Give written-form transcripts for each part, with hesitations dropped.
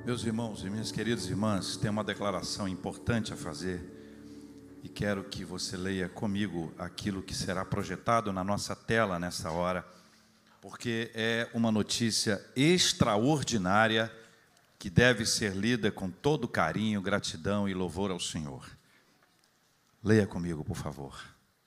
Meus irmãos e minhas queridas irmãs, tem uma declaração importante a fazer e quero que você leia comigo aquilo que será projetado na nossa tela nessa hora, porque é uma notícia extraordinária que deve ser lida com todo carinho, gratidão e louvor ao Senhor. Leia comigo, por favor.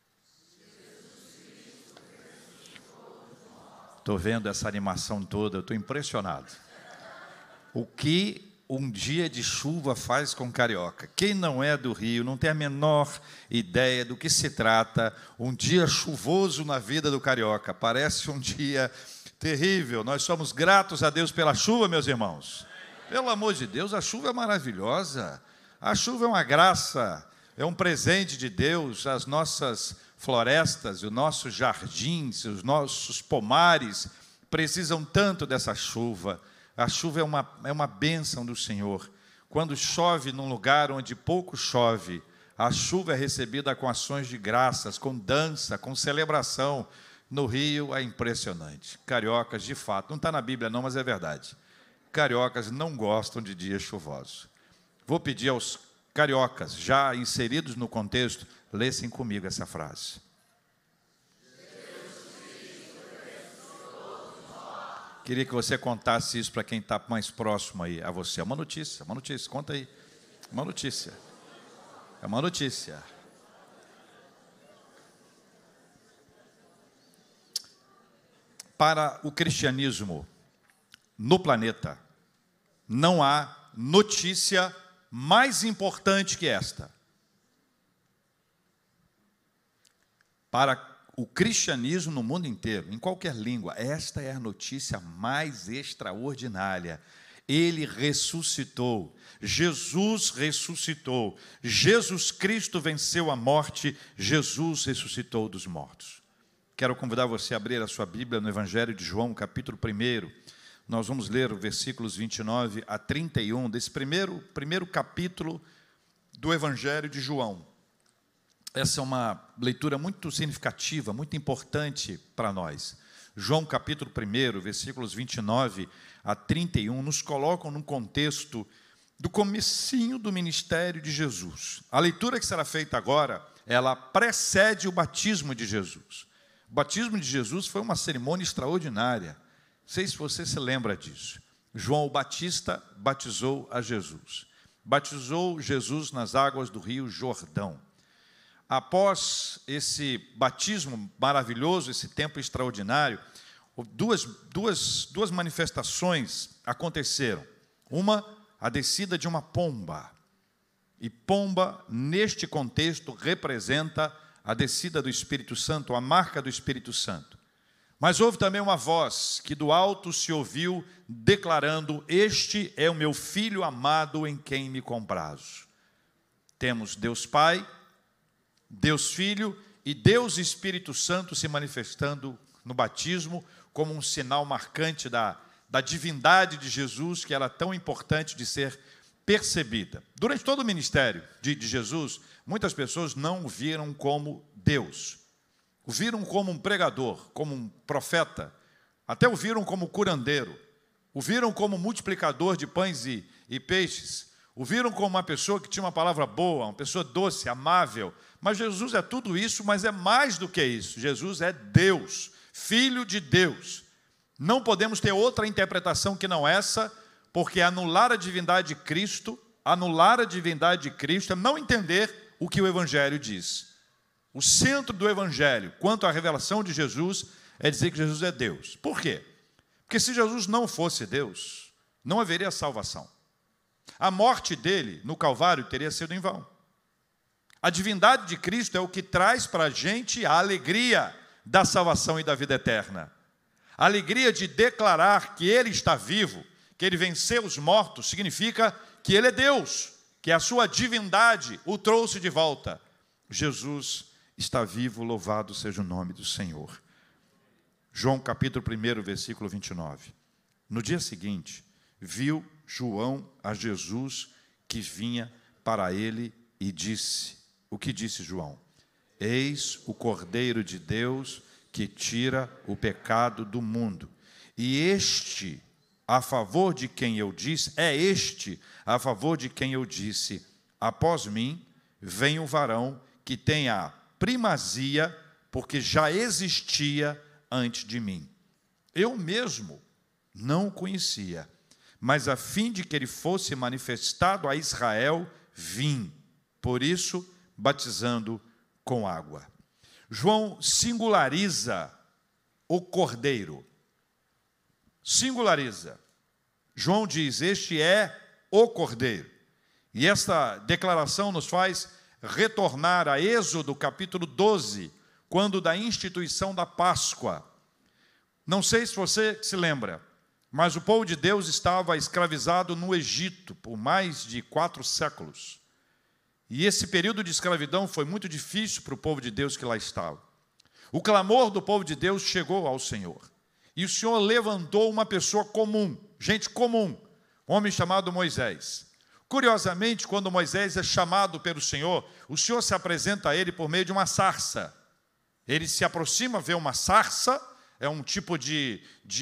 Estou vendo essa animação toda, eu estou impressionado. O que um dia de chuva faz com Carioca? Quem não é do Rio não tem a menor ideia do que se trata um dia chuvoso na vida do Carioca. Parece um dia terrível. Nós somos gratos a Deus pela chuva, meus irmãos. Pelo amor de Deus, a chuva é maravilhosa. A chuva é uma graça, é um presente de Deus. As nossas florestas, os nossos jardins, os nossos pomares precisam tanto dessa chuva. A chuva é uma bênção do Senhor. Quando chove num lugar onde pouco chove, a chuva é recebida com ações de graças, com dança, com celebração. No Rio é impressionante. Cariocas, de fato, não está na Bíblia não, mas é verdade. Cariocas não gostam de dias chuvosos. Vou pedir aos cariocas, já inseridos no contexto, lessem comigo essa frase. Queria que você contasse isso para quem está mais próximo aí a você. É uma notícia, conta aí. Uma notícia. É uma notícia. Para o cristianismo no planeta, não há notícia mais importante que esta. Para o cristianismo no mundo inteiro, em qualquer língua, esta é a notícia mais extraordinária. Ele ressuscitou, Jesus ressuscitou, Jesus Cristo venceu a morte, Jesus ressuscitou dos mortos. Quero convidar você a abrir a sua Bíblia no Evangelho de João, capítulo 1. Nós vamos ler os versículos 29 a 31 desse primeiro capítulo do Evangelho de João. Essa é uma leitura muito significativa, muito importante para nós. João capítulo 1, versículos 29 a 31, nos colocam num contexto do comecinho do ministério de Jesus. A leitura que será feita agora, ela precede o batismo de Jesus. O batismo de Jesus foi uma cerimônia extraordinária. Não sei se você se lembra disso. João o Batista batizou a Jesus. Batizou Jesus nas águas do rio Jordão. Após esse batismo maravilhoso, esse tempo extraordinário, duas manifestações aconteceram. Uma, a descida de uma pomba. E pomba, neste contexto, representa a descida do Espírito Santo, a marca do Espírito Santo. Mas houve também uma voz que do alto se ouviu declarando: "Este é o meu Filho amado em quem me comprazo." Temos Deus Pai, Deus Filho e Deus Espírito Santo se manifestando no batismo como um sinal marcante da divindade de Jesus, que era tão importante de ser percebida. Durante todo o ministério de Jesus, muitas pessoas não o viram como Deus. O viram como um pregador, como um profeta, até o viram como curandeiro, o viram como multiplicador de pães e peixes, o viram como uma pessoa que tinha uma palavra boa, uma pessoa doce, amável. Mas Jesus é tudo isso, mas é mais do que isso. Jesus é Deus, Filho de Deus. Não podemos ter outra interpretação que não essa, porque anular a divindade de Cristo é não entender o que o Evangelho diz. O centro do Evangelho, quanto à revelação de Jesus, é dizer que Jesus é Deus. Por quê? Porque se Jesus não fosse Deus, não haveria salvação. A morte dele no Calvário teria sido em vão. A divindade de Cristo é o que traz para a gente a alegria da salvação e da vida eterna. A alegria de declarar que Ele está vivo, que Ele venceu os mortos, significa que Ele é Deus, que a sua divindade o trouxe de volta. Jesus está vivo, louvado seja o nome do Senhor. João capítulo 1, versículo 29. No dia seguinte, viu João a Jesus que vinha para ele e disse: o que disse João? Eis o Cordeiro de Deus que tira o pecado do mundo. E este a favor de quem eu disse, a favor de quem eu disse, após mim vem o varão que tem a primazia, porque já existia antes de mim. Eu mesmo não o conhecia, mas a fim de que ele fosse manifestado a Israel, vim, por isso, batizando com água. João singulariza o Cordeiro. Singulariza. João diz, este é o Cordeiro. E esta declaração nos faz retornar a Êxodo, capítulo 12, quando da instituição da Páscoa. Não sei se você se lembra, mas o povo de Deus estava escravizado no Egito por mais de 4 séculos. E esse período de escravidão foi muito difícil para o povo de Deus que lá estava. O clamor do povo de Deus chegou ao Senhor. E o Senhor levantou uma pessoa comum, gente comum, um homem chamado Moisés. Curiosamente, quando Moisés é chamado pelo Senhor, o Senhor se apresenta a ele por meio de uma sarça. Ele se aproxima, vê uma sarça, é um tipo de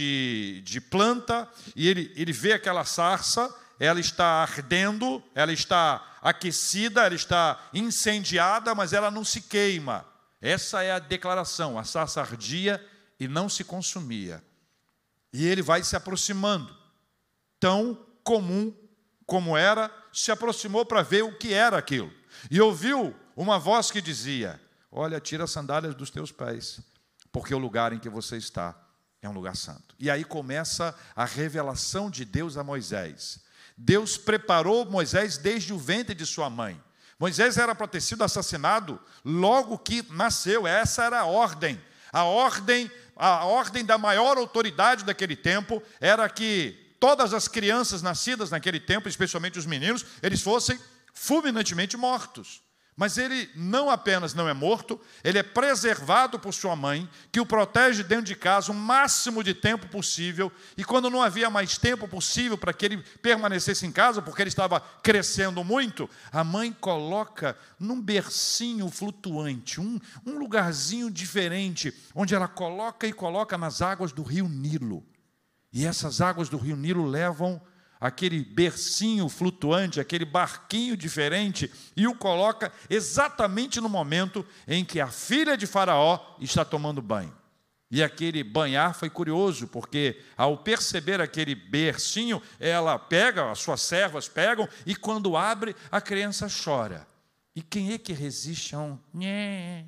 planta, e ele vê aquela sarça, ela está ardendo, ela está aquecida, ela está incendiada, mas ela não se queima. Essa é a declaração, a sarça ardia e não se consumia. E ele vai se aproximando, tão comum como era, se aproximou para ver o que era aquilo. E ouviu uma voz que dizia, olha, tira as sandálias dos teus pés, porque o lugar em que você está é um lugar santo. E aí começa a revelação de Deus a Moisés. Deus preparou Moisés desde o ventre de sua mãe. Moisés era para ter sido assassinado logo que nasceu. Essa era a ordem. A ordem da maior autoridade daquele tempo era que todas as crianças nascidas naquele tempo, especialmente os meninos, eles fossem fulminantemente mortos. Mas ele não apenas não é morto, ele é preservado por sua mãe, que o protege dentro de casa o máximo de tempo possível, e quando não havia mais tempo possível para que ele permanecesse em casa, porque ele estava crescendo muito, a mãe coloca num bercinho flutuante, um lugarzinho diferente, onde ela coloca e coloca nas águas do rio Nilo. E essas águas do rio Nilo levam aquele bercinho flutuante, aquele barquinho diferente, e o coloca exatamente no momento em que a filha de Faraó está tomando banho. E aquele banhar foi curioso, porque ao perceber aquele bercinho, ela pega, as suas servas pegam, e quando abre, a criança chora. E quem é que resiste a um nhê?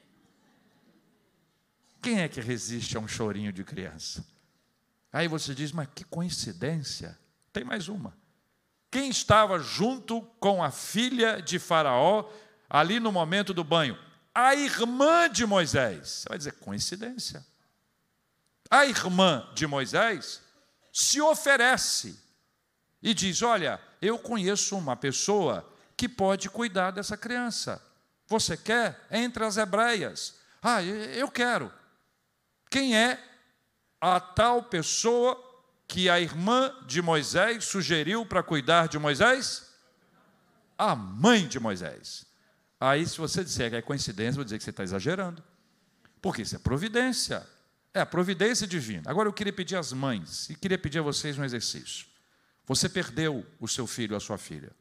Quem é que resiste a um chorinho de criança? Aí você diz, mas que coincidência. Tem mais uma. Quem estava junto com a filha de Faraó, ali no momento do banho? A irmã de Moisés. Você vai dizer, coincidência. A irmã de Moisés se oferece e diz, olha, eu conheço uma pessoa que pode cuidar dessa criança. Você quer? Entre as hebreias. Ah, eu quero. Quem é a tal pessoa que a irmã de Moisés sugeriu para cuidar de Moisés? A mãe de Moisés. Aí, se você disser que é coincidência, eu vou dizer que você está exagerando. Porque isso é providência. É a providência divina. Agora, eu queria pedir às mães, e queria pedir a vocês um exercício. Você perdeu o seu filho ou a sua filha.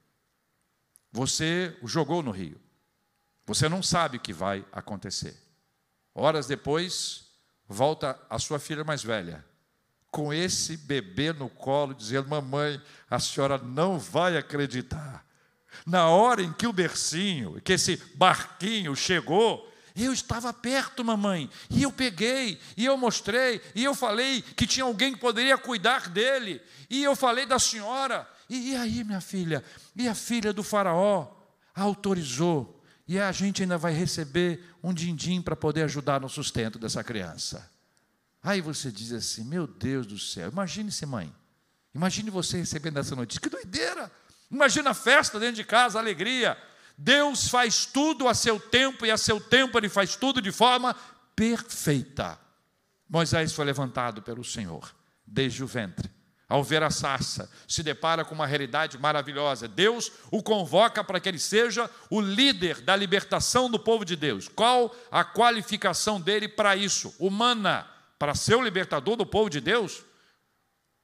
Você o jogou no rio. Você não sabe o que vai acontecer. Horas depois, volta a sua filha mais velha, com esse bebê no colo, dizendo, mamãe, a senhora não vai acreditar. Na hora em que o bercinho, que esse barquinho chegou, eu estava perto, mamãe, e eu peguei, e eu mostrei, e eu falei que tinha alguém que poderia cuidar dele, e eu falei da senhora, e aí, minha filha, e a filha do faraó autorizou, e a gente ainda vai receber um din-din para poder ajudar no sustento dessa criança. Aí você diz assim, meu Deus do céu, imagine-se, mãe, imagine você recebendo essa notícia, que doideira, imagina a festa dentro de casa, a alegria. Deus faz tudo a seu tempo, e a seu tempo Ele faz tudo de forma perfeita. Moisés foi levantado pelo Senhor, desde o ventre. Ao ver a sarça, se depara com uma realidade maravilhosa. Deus o convoca para que ele seja o líder da libertação do povo de Deus. Qual a qualificação dele para isso? Humana. Para ser o libertador do povo de Deus?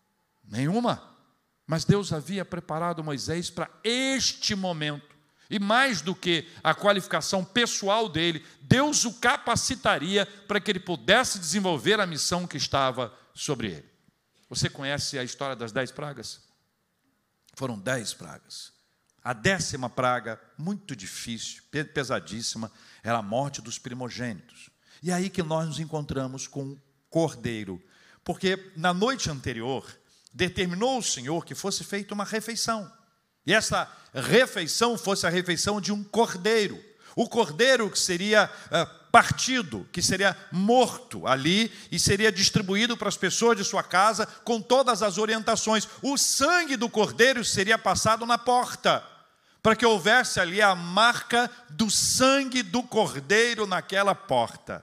Nenhuma. Mas Deus havia preparado Moisés para este momento. E mais do que a qualificação pessoal dele, Deus o capacitaria para que ele pudesse desenvolver a missão que estava sobre ele. Você conhece a história das 10 pragas? Foram 10 pragas. A 10ª praga, muito difícil, pesadíssima, era a morte dos primogênitos. E é aí que nós nos encontramos com um cordeiro. Porque na noite anterior, determinou o Senhor que fosse feita uma refeição. E essa refeição fosse a refeição de um cordeiro. O cordeiro que seria partido, que seria morto ali e seria distribuído para as pessoas de sua casa com todas as orientações. O sangue do cordeiro seria passado na porta, para que houvesse ali a marca do sangue do cordeiro naquela porta.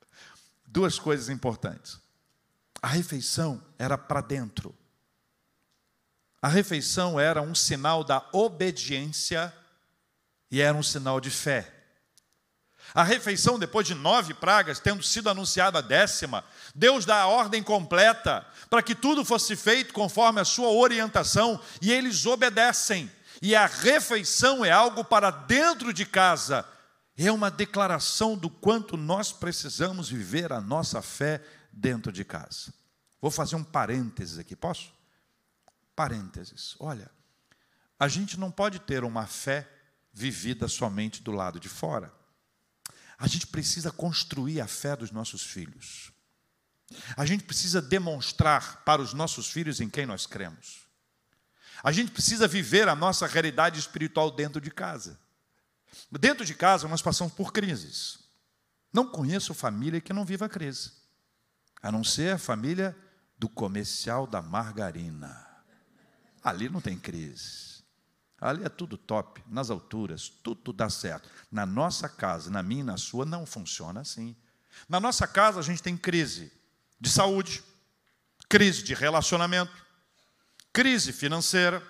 2 coisas importantes. A refeição era para dentro. A refeição era um sinal da obediência e era um sinal de fé. A refeição, depois de 9 pragas, tendo sido anunciada a 10ª, Deus dá a ordem completa para que tudo fosse feito conforme a sua orientação, e eles obedecem. E a refeição é algo para dentro de casa. É uma declaração do quanto nós precisamos viver a nossa fé dentro de casa. Vou fazer um parênteses aqui, posso? Parênteses. Olha, a gente não pode ter uma fé vivida somente do lado de fora. A gente precisa construir a fé dos nossos filhos. A gente precisa demonstrar para os nossos filhos em quem nós cremos. A gente precisa viver a nossa realidade espiritual dentro de casa. Dentro de casa nós passamos por crises. Não conheço família que não viva crise, a não ser a família do comercial da margarina. Ali não tem crise. Ali é tudo top, nas alturas, tudo dá certo. Na nossa casa, na minha e na sua, não funciona assim. Na nossa casa a gente tem crise de saúde, crise de relacionamento, crise financeira.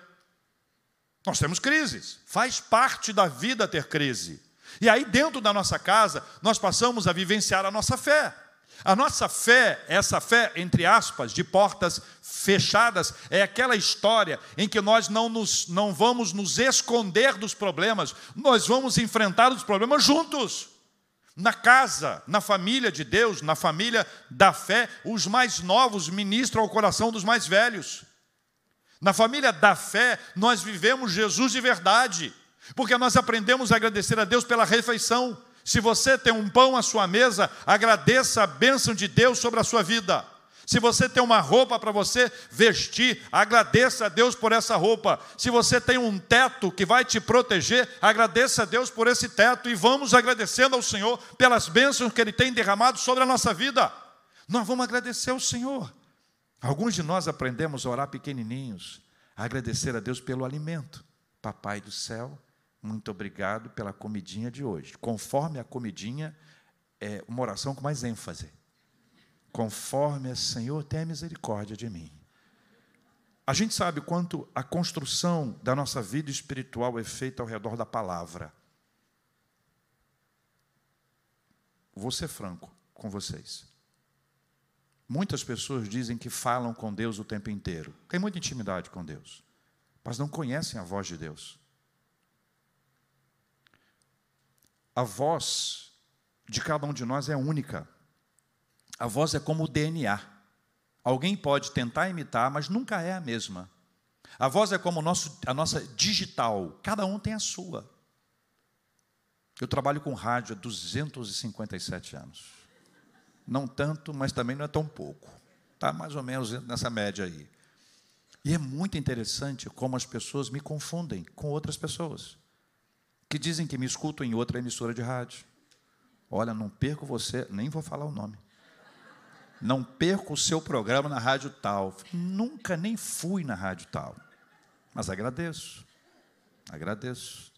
Nós temos crises, faz parte da vida ter crise. E aí dentro da nossa casa, nós passamos a vivenciar a nossa fé. A nossa fé, essa fé, entre aspas, de portas fechadas, é aquela história em que nós não vamos nos esconder dos problemas, nós vamos enfrentar os problemas juntos. Na casa, na família de Deus, na família da fé, os mais novos ministram ao coração dos mais velhos. Na família da fé, nós vivemos Jesus de verdade, porque nós aprendemos a agradecer a Deus pela refeição. Se você tem um pão à sua mesa, agradeça a bênção de Deus sobre a sua vida. Se você tem uma roupa para você vestir, agradeça a Deus por essa roupa. Se você tem um teto que vai te proteger, agradeça a Deus por esse teto. E vamos agradecendo ao Senhor pelas bênçãos que Ele tem derramado sobre a nossa vida. Nós vamos agradecer ao Senhor. Alguns de nós aprendemos a orar pequenininhos, a agradecer a Deus pelo alimento. Papai do céu, muito obrigado pela comidinha de hoje. Conforme a comidinha, é uma oração com mais ênfase. Conforme, Senhor, tenha misericórdia de mim. A gente sabe quanto a construção da nossa vida espiritual é feita ao redor da palavra. Vou ser franco com vocês. Muitas pessoas dizem que falam com Deus o tempo inteiro. Tem muita intimidade com Deus, mas não conhecem a voz de Deus. A voz de cada um de nós é única. A voz é como o DNA. Alguém pode tentar imitar, mas nunca é a mesma. A voz é como a nossa digital. Cada um tem a sua. Eu trabalho com rádio há 257 anos. Não tanto, mas também não é tão pouco. Está mais ou menos nessa média aí. E é muito interessante como as pessoas me confundem com outras pessoas que dizem que me escutam em outra emissora de rádio. Olha, não perco você, nem vou falar o nome. Não perco o seu programa na rádio tal. Nunca nem fui na rádio tal. Mas agradeço. Agradeço.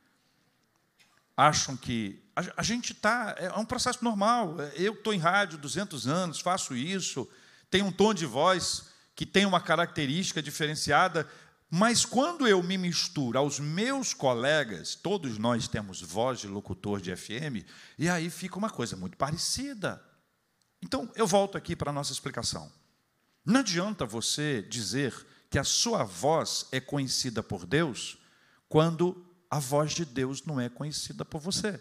Acham que a gente está... É um processo normal. Eu estou em rádio 200 anos, faço isso, tenho um tom de voz que tem uma característica diferenciada, mas quando eu me misturo aos meus colegas, todos nós temos voz de locutor de FM, e aí fica uma coisa muito parecida. Então, eu volto aqui para a nossa explicação. Não adianta você dizer que a sua voz é conhecida por Deus quando a voz de Deus não é conhecida por você.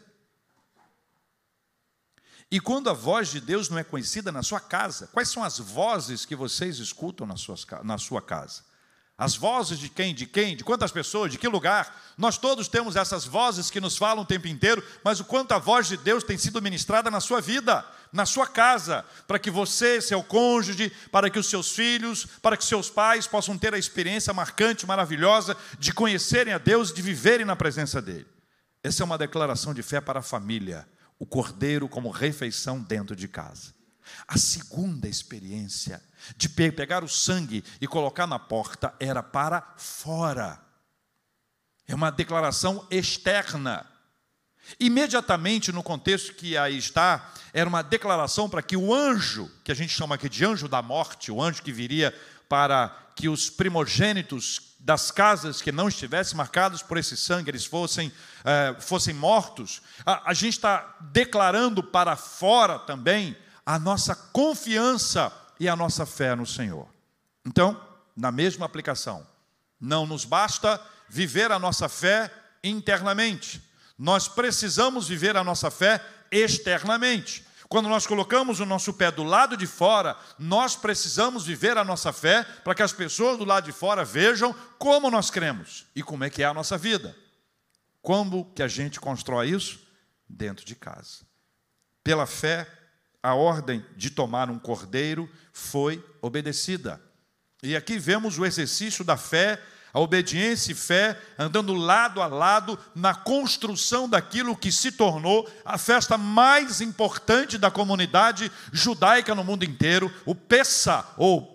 E quando a voz de Deus não é conhecida na sua casa, quais são as vozes que vocês escutam na sua casa? As vozes de quem? De quem? De quantas pessoas? De que lugar? Nós todos temos essas vozes que nos falam o tempo inteiro, mas o quanto a voz de Deus tem sido ministrada na sua vida, na sua casa, para que você, seu cônjuge, para que os seus filhos, para que seus pais possam ter a experiência marcante, maravilhosa, de conhecerem a Deus e de viverem na presença dEle. Essa é uma declaração de fé para a família, o cordeiro como refeição dentro de casa. A segunda experiência de pegar o sangue e colocar na porta era para fora. É uma declaração externa. Imediatamente, no contexto que aí está, era uma declaração para que o anjo, que a gente chama aqui de anjo da morte, o anjo que viria para que os primogênitos das casas que não estivessem marcados por esse sangue, eles fossem mortos. A gente está declarando para fora também a nossa confiança e a nossa fé no Senhor. Então, na mesma aplicação, não nos basta viver a nossa fé internamente. Nós precisamos viver a nossa fé externamente. Quando nós colocamos o nosso pé do lado de fora, nós precisamos viver a nossa fé para que as pessoas do lado de fora vejam como nós cremos e como é que é a nossa vida. Como que a gente constrói isso? Dentro de casa. Pela fé, a ordem de tomar um cordeiro foi obedecida. E aqui vemos o exercício da fé, a obediência e fé, andando lado a lado na construção daquilo que se tornou a festa mais importante da comunidade judaica no mundo inteiro, o Pessah,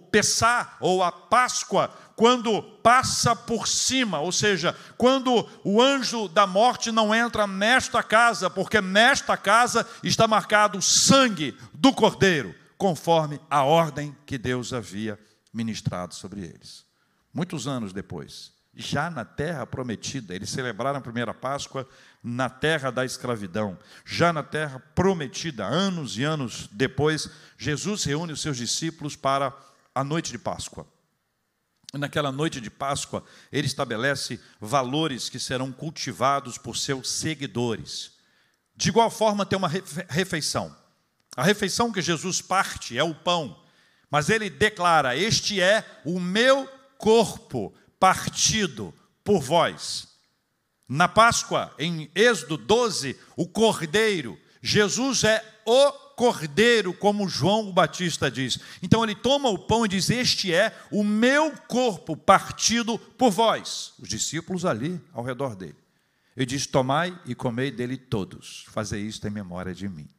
ou a Páscoa, quando passa por cima, ou seja, quando o anjo da morte não entra nesta casa, porque nesta casa está marcado o sangue do Cordeiro, conforme a ordem que Deus havia ministrado sobre eles. Muitos anos depois, já na terra prometida, eles celebraram a primeira Páscoa na terra da escravidão. Já na terra prometida, anos e anos depois, Jesus reúne os seus discípulos para a noite de Páscoa. Naquela noite de Páscoa, ele estabelece valores que serão cultivados por seus seguidores. De igual forma, tem uma refeição. A refeição que Jesus parte é o pão, mas ele declara: este é o meu corpo partido por vós. Na Páscoa, em Êxodo 12, o cordeiro, Jesus é o cordeiro, como João o Batista diz. Então ele toma o pão e diz: este é o meu corpo partido por vós. Os discípulos ali ao redor dele. Ele diz: tomai e comei dele todos, fazei isto em memória de mim.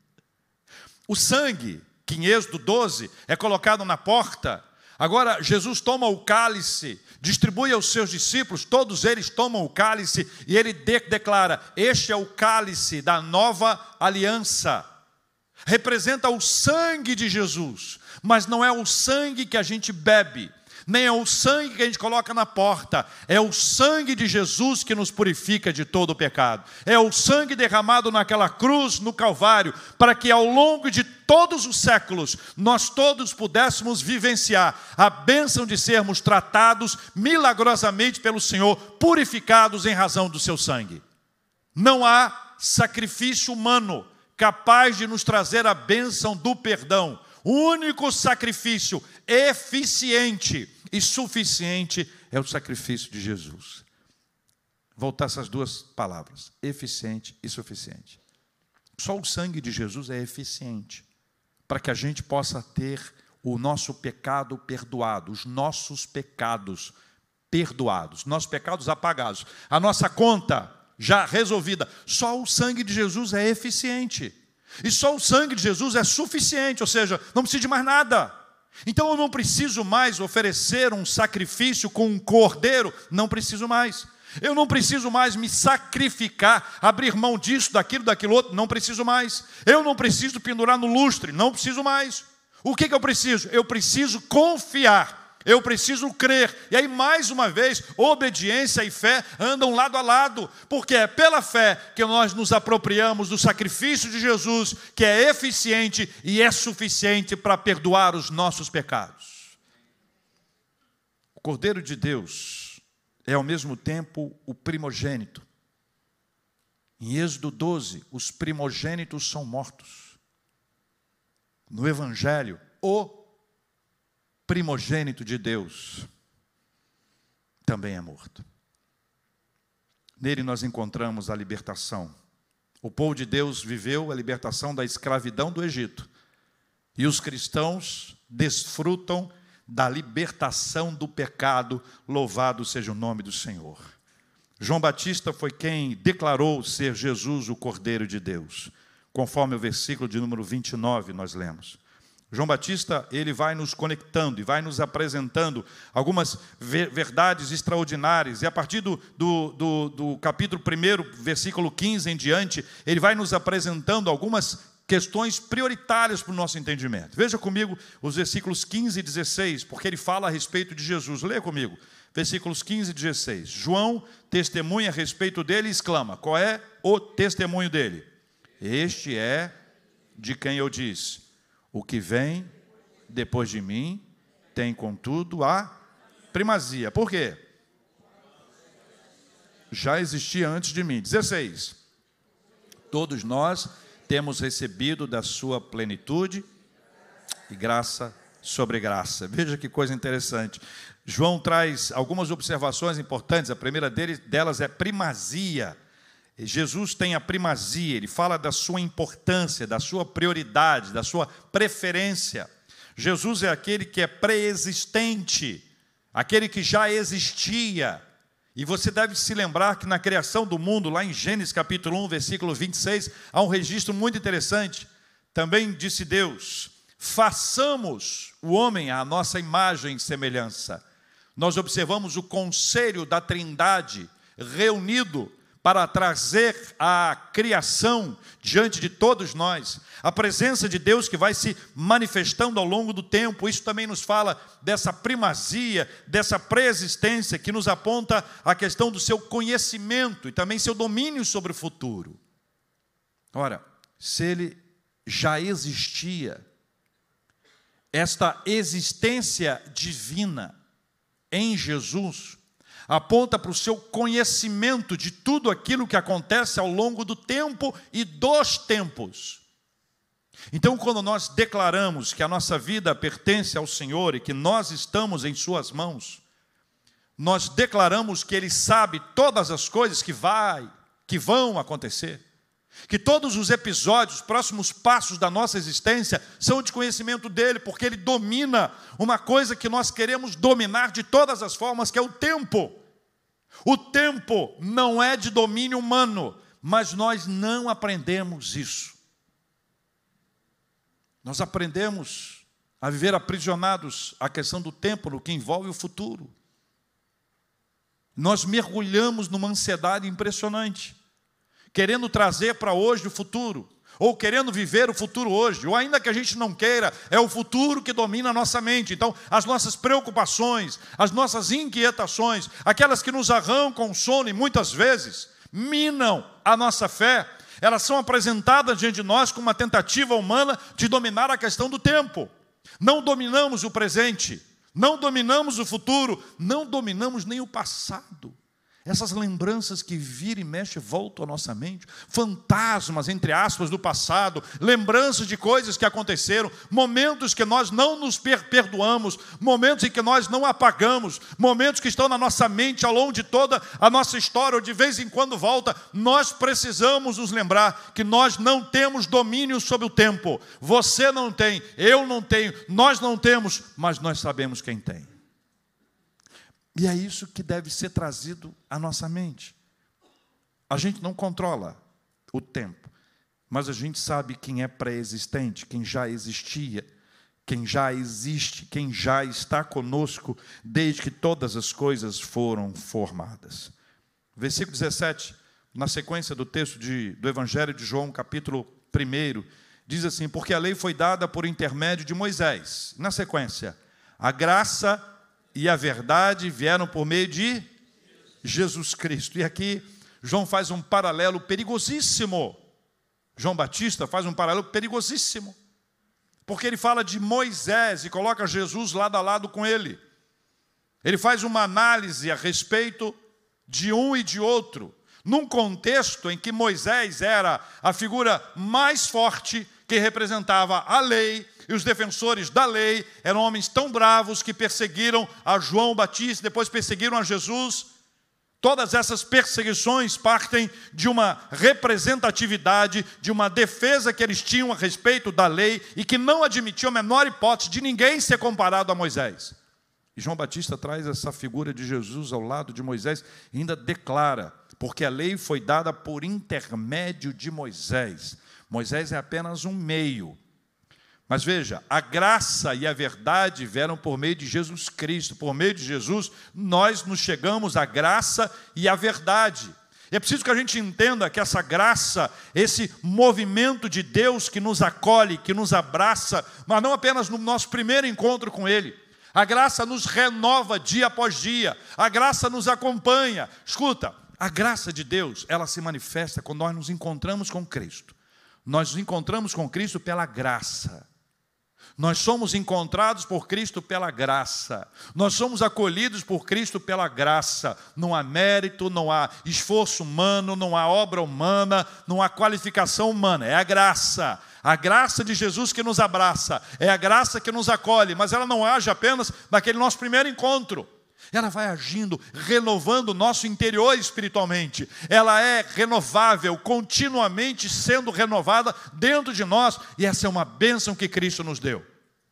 O sangue, que em Êxodo 12 é colocado na porta, agora Jesus toma o cálice, distribui aos seus discípulos, todos eles tomam o cálice, e ele declara: este é o cálice da nova aliança. Representa o sangue de Jesus, mas não é o sangue que a gente bebe, nem é o sangue que a gente coloca na porta, é o sangue de Jesus que nos purifica de todo o pecado. É o sangue derramado naquela cruz, no Calvário, para que ao longo de todos os séculos, nós todos pudéssemos vivenciar a bênção de sermos tratados milagrosamente pelo Senhor, purificados em razão do seu sangue. Não há sacrifício humano capaz de nos trazer a bênção do perdão. O único sacrifício eficiente e suficiente é o sacrifício de Jesus. Voltar essas duas palavras, eficiente e suficiente. Só o sangue de Jesus é eficiente para que a gente possa ter o nosso pecado perdoado, os nossos pecados perdoados, nossos pecados apagados, a nossa conta já resolvida. Só o sangue de Jesus é eficiente. E só o sangue de Jesus é suficiente, ou seja, não precisa de mais nada. Então eu não preciso mais oferecer um sacrifício com um cordeiro, não preciso mais. Eu não preciso mais me sacrificar, abrir mão disso, daquilo outro, não preciso mais. Eu não preciso pendurar no lustre, não preciso mais. O que eu preciso? Eu preciso confiar. Eu preciso crer. E aí, mais uma vez, obediência e fé andam lado a lado, porque é pela fé que nós nos apropriamos do sacrifício de Jesus, que é eficiente e é suficiente para perdoar os nossos pecados. Cordeiro de Deus é ao mesmo tempo o primogênito. Em Êxodo 12, os primogênitos são mortos. No Evangelho, o primogênito de Deus também é morto. Nele nós encontramos a libertação. O povo de Deus viveu a libertação da escravidão do Egito. E os cristãos desfrutam da libertação do pecado. Louvado seja o nome do Senhor. João Batista foi quem declarou ser Jesus o Cordeiro de Deus. Conforme o versículo de número 29 nós lemos. João Batista, ele vai nos conectando e vai nos apresentando algumas verdades extraordinárias. E a partir do capítulo 1, versículo 15 em diante, ele vai nos apresentando algumas questões prioritárias para o nosso entendimento. Veja comigo os versículos 15 e 16, porque ele fala a respeito de Jesus. Leia comigo, versículos 15 e 16. João testemunha a respeito dele e exclama: qual é o testemunho dele? Este é de quem eu disse: o que vem depois de mim tem, contudo, a primazia. Por quê? Já existia antes de mim. 16. Todos nós temos recebido da sua plenitude e graça sobre graça. Veja que coisa interessante. João traz algumas observações importantes. A primeira delas é primazia. Jesus tem a primazia, ele fala da sua importância, da sua prioridade, da sua preferência. Jesus é aquele que é pré-existente, aquele que já existia. E você deve se lembrar que na criação do mundo, lá em Gênesis capítulo 1, versículo 26, há um registro muito interessante. Também disse Deus: façamos o homem à nossa imagem e semelhança. Nós observamos o conselho da Trindade reunido para trazer a criação diante de todos nós, a presença de Deus que vai se manifestando ao longo do tempo. Isso também nos fala dessa primazia, dessa preexistência que nos aponta a questão do seu conhecimento e também seu domínio sobre o futuro. Ora, se ele já existia, esta existência divina em Jesus aponta para o seu conhecimento de tudo aquilo que acontece ao longo do tempo e dos tempos. Então, quando nós declaramos que a nossa vida pertence ao Senhor e que nós estamos em suas mãos, nós declaramos que Ele sabe todas as coisas que vão acontecer, que todos os episódios, os próximos passos da nossa existência são de conhecimento dEle, porque Ele domina uma coisa que nós queremos dominar de todas as formas, que é o tempo. O tempo não é de domínio humano, mas nós não aprendemos isso. Nós aprendemos a viver aprisionados à questão do tempo, no que envolve o futuro. Nós mergulhamos numa ansiedade impressionante, querendo trazer para hoje o futuro, ou querendo viver o futuro hoje, ou ainda que a gente não queira, é o futuro que domina a nossa mente. Então, as nossas preocupações, as nossas inquietações, aquelas que nos arrancam o sono e muitas vezes minam a nossa fé, elas são apresentadas diante de nós como uma tentativa humana de dominar a questão do tempo. Não dominamos o presente, não dominamos o futuro, não dominamos nem o passado. Essas lembranças que vira e mexe voltam à nossa mente, fantasmas, entre aspas, do passado, lembranças de coisas que aconteceram, momentos que nós não nos perdoamos, momentos em que nós não apagamos, momentos que estão na nossa mente ao longo de toda a nossa história, ou de vez em quando volta. Nós precisamos nos lembrar que nós não temos domínio sobre o tempo. Você não tem, eu não tenho, nós não temos, mas nós sabemos quem tem. E é isso que deve ser trazido à nossa mente. A gente não controla o tempo, mas a gente sabe quem é pré-existente, quem já existia, quem já existe, quem já está conosco desde que todas as coisas foram formadas. Versículo 17, na sequência do texto do Evangelho de João, capítulo 1, diz assim: porque a lei foi dada por intermédio de Moisés. Na sequência, a graça e a verdade vieram por meio de Jesus Cristo. E aqui João faz um paralelo perigosíssimo. João Batista faz um paralelo perigosíssimo, porque ele fala de Moisés e coloca Jesus lado a lado com ele. Ele faz uma análise a respeito de um e de outro, num contexto em que Moisés era a figura mais forte que representava a lei, e os defensores da lei eram homens tão bravos que perseguiram a João Batista, depois perseguiram a Jesus. Todas essas perseguições partem de uma representatividade, de uma defesa que eles tinham a respeito da lei e que não admitiam a menor hipótese de ninguém ser comparado a Moisés. E João Batista traz essa figura de Jesus ao lado de Moisés e ainda declara, porque a lei foi dada por intermédio de Moisés. Moisés é apenas um meio. Mas veja, a graça e a verdade vieram por meio de Jesus Cristo. Por meio de Jesus, nós nos chegamos à graça e à verdade. E é preciso que a gente entenda que essa graça, esse movimento de Deus que nos acolhe, que nos abraça, mas não apenas no nosso primeiro encontro com Ele. A graça nos renova dia após dia. A graça nos acompanha. Escuta, a graça de Deus, ela se manifesta quando nós nos encontramos com Cristo. Nós nos encontramos com Cristo pela graça. Nós somos encontrados por Cristo pela graça. Nós somos acolhidos por Cristo pela graça. Não há mérito, não há esforço humano, não há obra humana, não há qualificação humana. É a graça. A graça de Jesus que nos abraça. É a graça que nos acolhe. Mas ela não age apenas naquele nosso primeiro encontro. Ela vai agindo, renovando o nosso interior espiritualmente. Ela é renovável, continuamente sendo renovada dentro de nós. E essa é uma bênção que Cristo nos deu.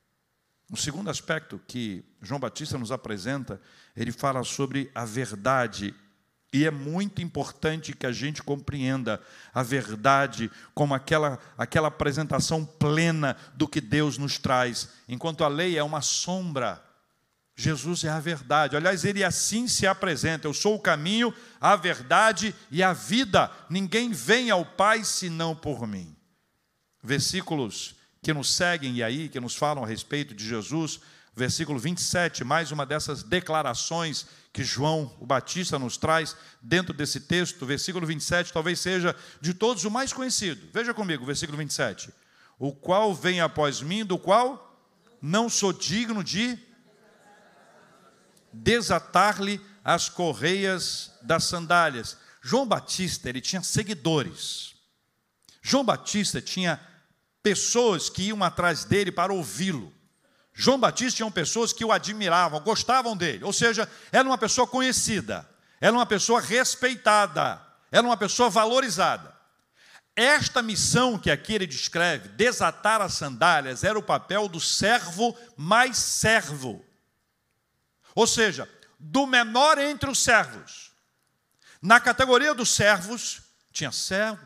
O segundo aspecto que João Batista nos apresenta, ele fala sobre a verdade. E é muito importante que a gente compreenda a verdade como aquela apresentação plena do que Deus nos traz. Enquanto a lei é uma sombra, Jesus é a verdade. Aliás, ele assim se apresenta. Eu sou o caminho, a verdade e a vida. Ninguém vem ao Pai senão por mim. Versículos que nos seguem e aí, que nos falam a respeito de Jesus. Versículo 27, mais uma dessas declarações que João, o Batista, nos traz dentro desse texto. Versículo 27 talvez seja de todos o mais conhecido. Veja comigo, versículo 27. O qual vem após mim, do qual não sou digno de desatar-lhe as correias das sandálias. João Batista, ele tinha seguidores. João Batista tinha pessoas que iam atrás dele para ouvi-lo. João Batista tinha pessoas que o admiravam, gostavam dele. Ou seja, era uma pessoa conhecida, era uma pessoa respeitada, era uma pessoa valorizada. Esta missão que aqui ele descreve, desatar as sandálias, era o papel do servo mais servo. Ou seja, do menor entre os servos. Na categoria dos servos, tinha servo.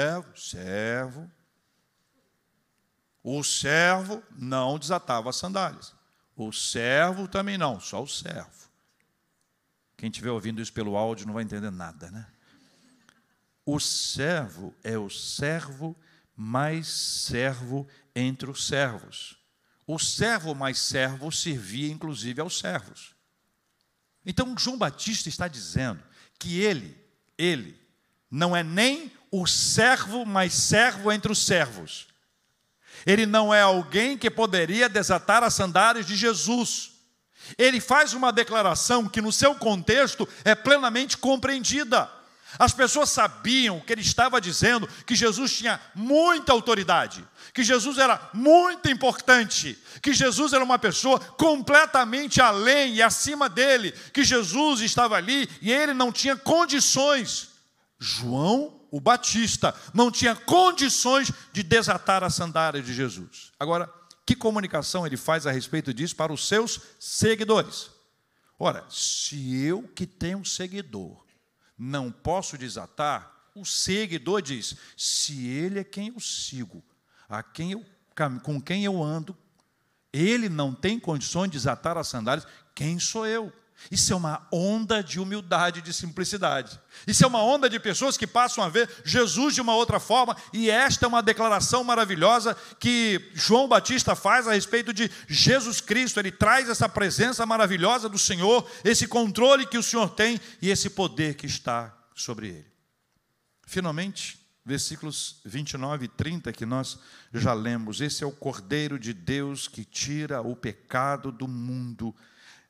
O servo não desatava as sandálias. O servo também não, só o servo. Quem estiver ouvindo isso pelo áudio não vai entender nada, né? O servo é o servo mais servo entre os servos. O servo mais servo servia inclusive aos servos. Então João Batista está dizendo que ele não é nem o servo mais servo entre os servos. Ele não é alguém que poderia desatar as sandálias de Jesus. Ele faz uma declaração que no seu contexto é plenamente compreendida. As pessoas sabiam que ele estava dizendo que Jesus tinha muita autoridade, que Jesus era muito importante, que Jesus era uma pessoa completamente além e acima dele, que Jesus estava ali e ele não tinha condições. João, o Batista, não tinha condições de desatar a sandália de Jesus. Agora, que comunicação ele faz a respeito disso para os seus seguidores? Ora, se eu que tenho um seguidor não posso desatar, o seguidor diz, se ele é quem eu sigo, com quem eu ando, ele não tem condições de desatar as sandálias, quem sou eu? Isso é uma onda de humildade e de simplicidade. Isso é uma onda de pessoas que passam a ver Jesus de uma outra forma, e esta é uma declaração maravilhosa que João Batista faz a respeito de Jesus Cristo. Ele traz essa presença maravilhosa do Senhor, esse controle que o Senhor tem e esse poder que está sobre ele. Finalmente, versículos 29 e 30 que nós já lemos, esse é o Cordeiro de Deus que tira o pecado do mundo.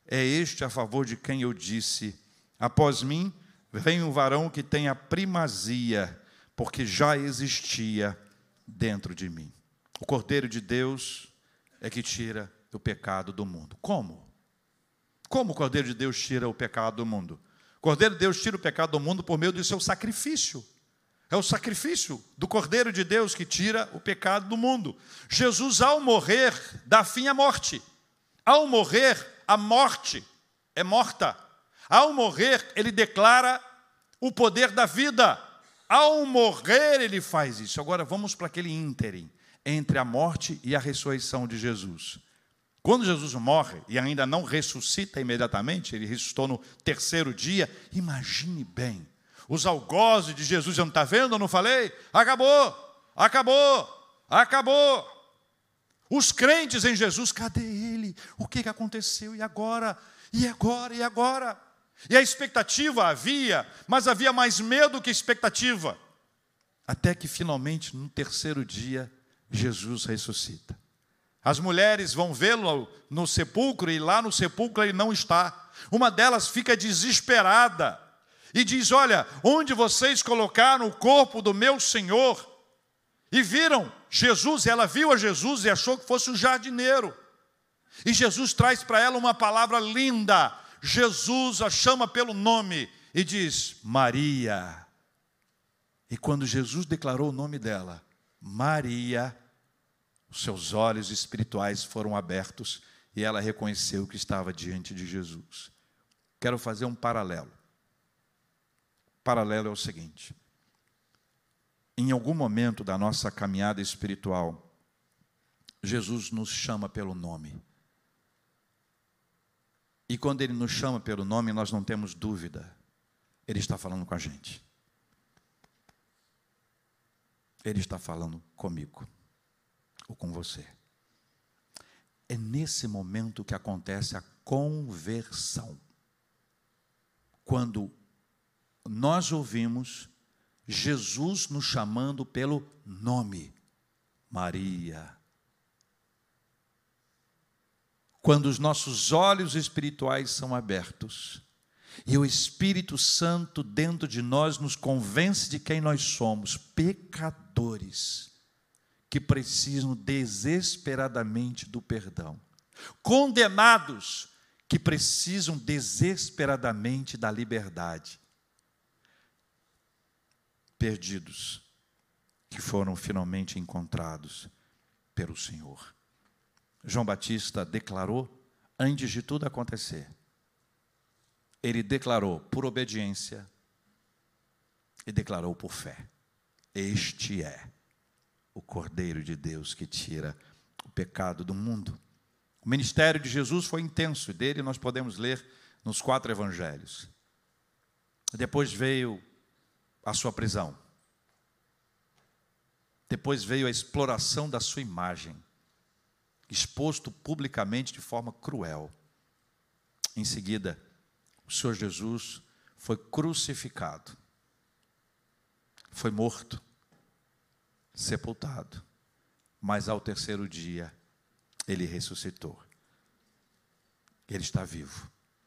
é este a favor de quem eu disse: após mim vem um varão que tem a primazia, porque já existia dentro de mim. O Cordeiro de Deus é que tira o pecado do mundo. Como? Como o Cordeiro de Deus tira o pecado do mundo? O Cordeiro de Deus tira o pecado do mundo por meio do seu sacrifício. É o sacrifício do Cordeiro de Deus que tira o pecado do mundo. Jesus, ao morrer, dá fim à morte. Ao morrer, a morte é morta. Ao morrer, ele declara o poder da vida. Ao morrer, ele faz isso. Agora, vamos para aquele ínterim entre a morte e a ressurreição de Jesus. Quando Jesus morre e ainda não ressuscita imediatamente, ele ressuscitou no terceiro dia, imagine bem, os algozes de Jesus, eu não está vendo, eu não falei? Acabou, acabou, acabou. Os crentes em Jesus, cadê ele? O que aconteceu? E agora? E agora? E agora? E a expectativa havia, mas havia mais medo que expectativa. Até que finalmente, no terceiro dia, Jesus ressuscita. As mulheres vão vê-lo no sepulcro e lá no sepulcro ele não está. Uma delas fica desesperada e diz: olha, onde vocês colocaram o corpo do meu Senhor? E viram Jesus, ela viu a Jesus e achou que fosse um jardineiro. E Jesus traz para ela uma palavra linda. Jesus a chama pelo nome e diz: Maria. E quando Jesus declarou o nome dela, Maria, os seus olhos espirituais foram abertos e ela reconheceu que estava diante de Jesus. Quero fazer um paralelo. O paralelo é o seguinte: em algum momento da nossa caminhada espiritual, Jesus nos chama pelo nome. E quando Ele nos chama pelo nome, nós não temos dúvida, Ele está falando com a gente. Ele está falando comigo, ou com você. É nesse momento que acontece a conversão. Quando nós ouvimos Jesus nos chamando pelo nome, Maria. Quando os nossos olhos espirituais são abertos e o Espírito Santo dentro de nós nos convence de quem nós somos, pecadores que precisam desesperadamente do perdão, condenados que precisam desesperadamente da liberdade, perdidos que foram finalmente encontrados pelo Senhor. João Batista declarou, antes de tudo acontecer, ele declarou por obediência e declarou por fé: este é o Cordeiro de Deus que tira o pecado do mundo. O ministério de Jesus foi intenso, e dele nós podemos ler nos 4 evangelhos. Depois veio a sua prisão. Depois veio a exploração da sua imagem, exposto publicamente de forma cruel. Em seguida, o Senhor Jesus foi crucificado, foi morto, sepultado, mas ao terceiro dia ele ressuscitou. Ele está vivo.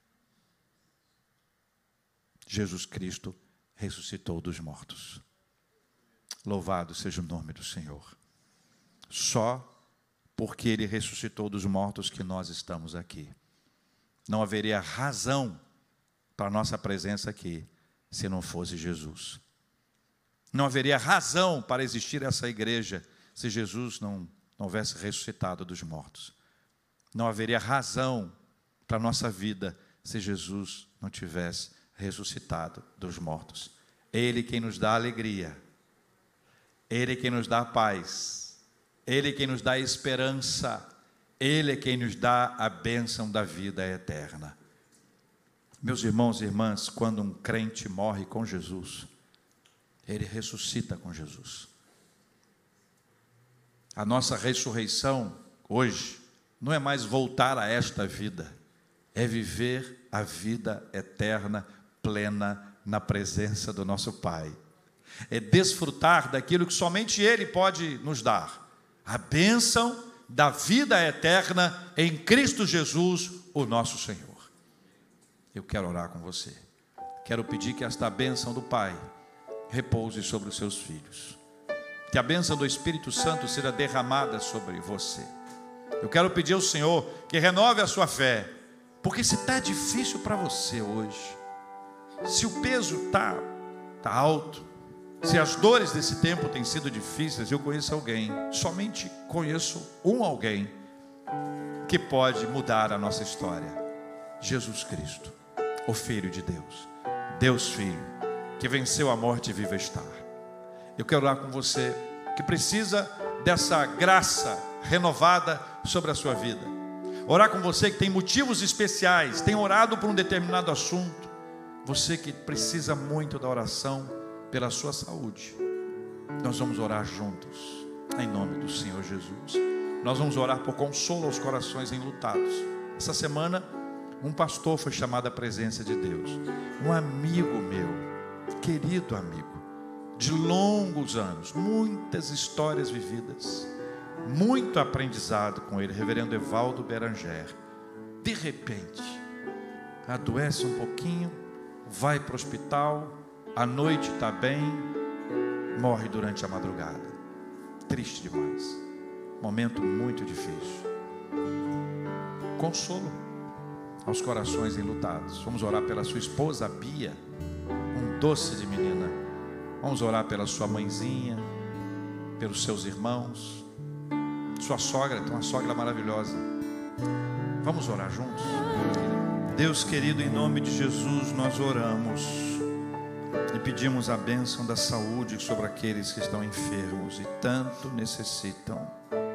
Jesus Cristo ressuscitou dos mortos. Louvado seja o nome do Senhor. Só porque Ele ressuscitou dos mortos que nós estamos aqui. Não haveria razão para a nossa presença aqui se não fosse Jesus. Não haveria razão para existir essa igreja se Jesus não houvesse ressuscitado dos mortos. Não haveria razão para a nossa vida se Jesus não tivesse ressuscitado dos mortos. Ele quem nos dá alegria, Ele quem nos dá paz, Ele quem nos dá esperança, Ele é quem nos dá a bênção da vida eterna. Meus irmãos e irmãs, quando um crente morre com Jesus, ele ressuscita com Jesus. A nossa ressurreição hoje não é mais voltar a esta vida, é viver a vida eterna, plena, na presença do nosso Pai. É desfrutar daquilo que somente Ele pode nos dar, a bênção da vida eterna em Cristo Jesus, o nosso Senhor. eu quero orar com você. Quero pedir que esta bênção do Pai repouse sobre os seus filhos. Que a bênção do Espírito Santo seja derramada sobre você. Eu quero pedir ao Senhor que renove a sua fé. Porque se está difícil para você hoje, se o peso está alto, se as dores desse tempo têm sido difíceis, eu conheço alguém, somente conheço alguém que pode mudar a nossa história. Jesus Cristo, o Filho de Deus, Deus Filho, que venceu a morte e viva está. Eu quero orar com você que precisa dessa graça renovada sobre a sua vida. Orar com você que tem motivos especiais, tem orado por um determinado assunto. Você que precisa muito da oração pela sua saúde. Nós vamos orar juntos, em nome do Senhor Jesus. Nós vamos orar por consolo aos corações enlutados. Essa semana, um pastor foi chamado à presença de Deus. Um amigo meu, querido amigo, de longos anos, muitas histórias vividas, muito aprendizado com ele, reverendo Evaldo Beranger. De repente, adoece um pouquinho, vai para o hospital, à noite está bem, morre durante a madrugada. Triste demais, momento muito difícil. Consolo aos corações enlutados. Vamos orar pela sua esposa Bia, um doce de menina. Vamos orar pela sua mãezinha, pelos seus irmãos, sua sogra, tem uma sogra maravilhosa. Vamos orar juntos? Deus querido, em nome de Jesus nós oramos e pedimos a bênção da saúde sobre aqueles que estão enfermos e tanto necessitam,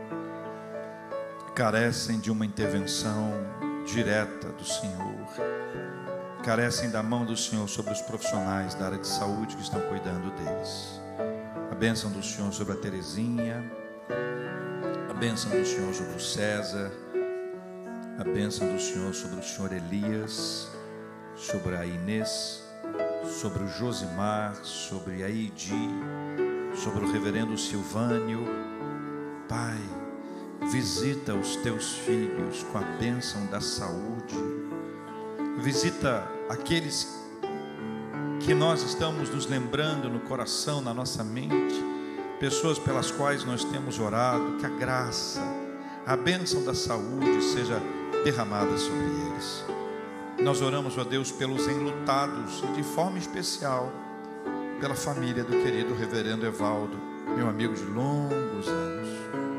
carecem de uma intervenção direta do Senhor, carecem da mão do Senhor sobre os profissionais da área de saúde que estão cuidando deles. A bênção do Senhor sobre a Terezinha, a bênção do Senhor sobre o César, a bênção do Senhor sobre o Senhor Elias, sobre a Inês, sobre o Josimar, sobre a Eidi, sobre o reverendo Silvânio. Pai, visita os teus filhos com a bênção da saúde. Visita aqueles que nós estamos nos lembrando no coração, na nossa mente, pessoas pelas quais nós temos orado. Que a graça, a bênção da saúde seja derramada sobre eles. Nós oramos, ó Deus, pelos enlutados e de forma especial pela família do querido reverendo Evaldo, meu amigo de longos anos.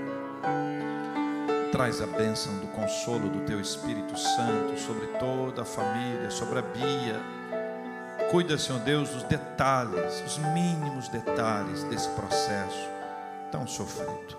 Traz a bênção do consolo do teu Espírito Santo sobre toda a família, sobre a Bia. Cuida, Senhor Deus, dos detalhes, os mínimos detalhes desse processo tão sofrido.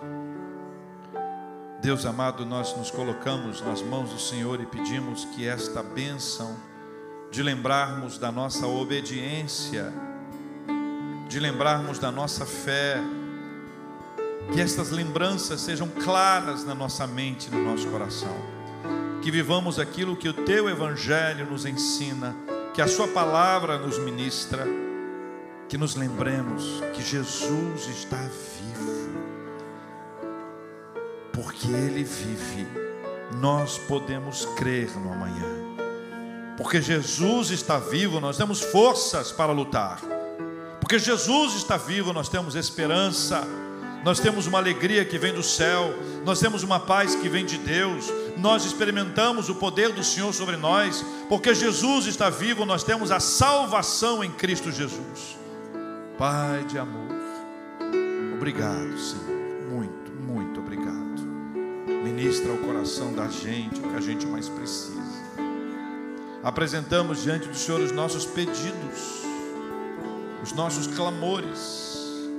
Deus amado, nós nos colocamos nas mãos do Senhor e pedimos que esta bênção de lembrarmos da nossa obediência, de lembrarmos da nossa fé, que estas lembranças sejam claras na nossa mente e no nosso coração, que vivamos aquilo que o teu Evangelho nos ensina, que a sua palavra nos ministra, que nos lembremos que Jesus está vivo. Porque Ele vive, nós podemos crer no amanhã. Porque Jesus está vivo, nós temos forças para lutar. Porque Jesus está vivo, nós temos esperança. Nós temos uma alegria que vem do céu. Nós temos uma paz que vem de Deus. Nós experimentamos o poder do Senhor sobre nós. Porque Jesus está vivo, nós temos a salvação em Cristo Jesus. Pai de amor, obrigado, Senhor. Muito, muito obrigado. Ministra ao coração da gente o que a gente mais precisa. Apresentamos diante do Senhor os nossos pedidos, os nossos clamores.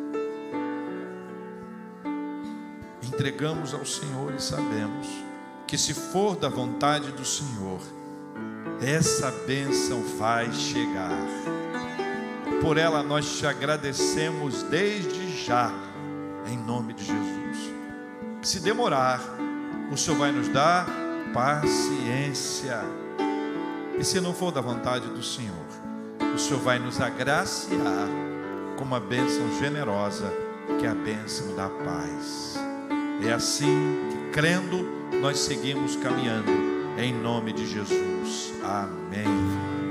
Entregamos ao Senhor e sabemos que, se for da vontade do Senhor, essa bênção vai chegar. Por ela nós te agradecemos desde já, em nome de Jesus. Se demorar, o Senhor vai nos dar paciência. E se não for da vontade do Senhor, o Senhor vai nos agraciar com uma bênção generosa, que é a bênção da paz. É assim que, crendo, nós seguimos caminhando em nome de Jesus. Amém.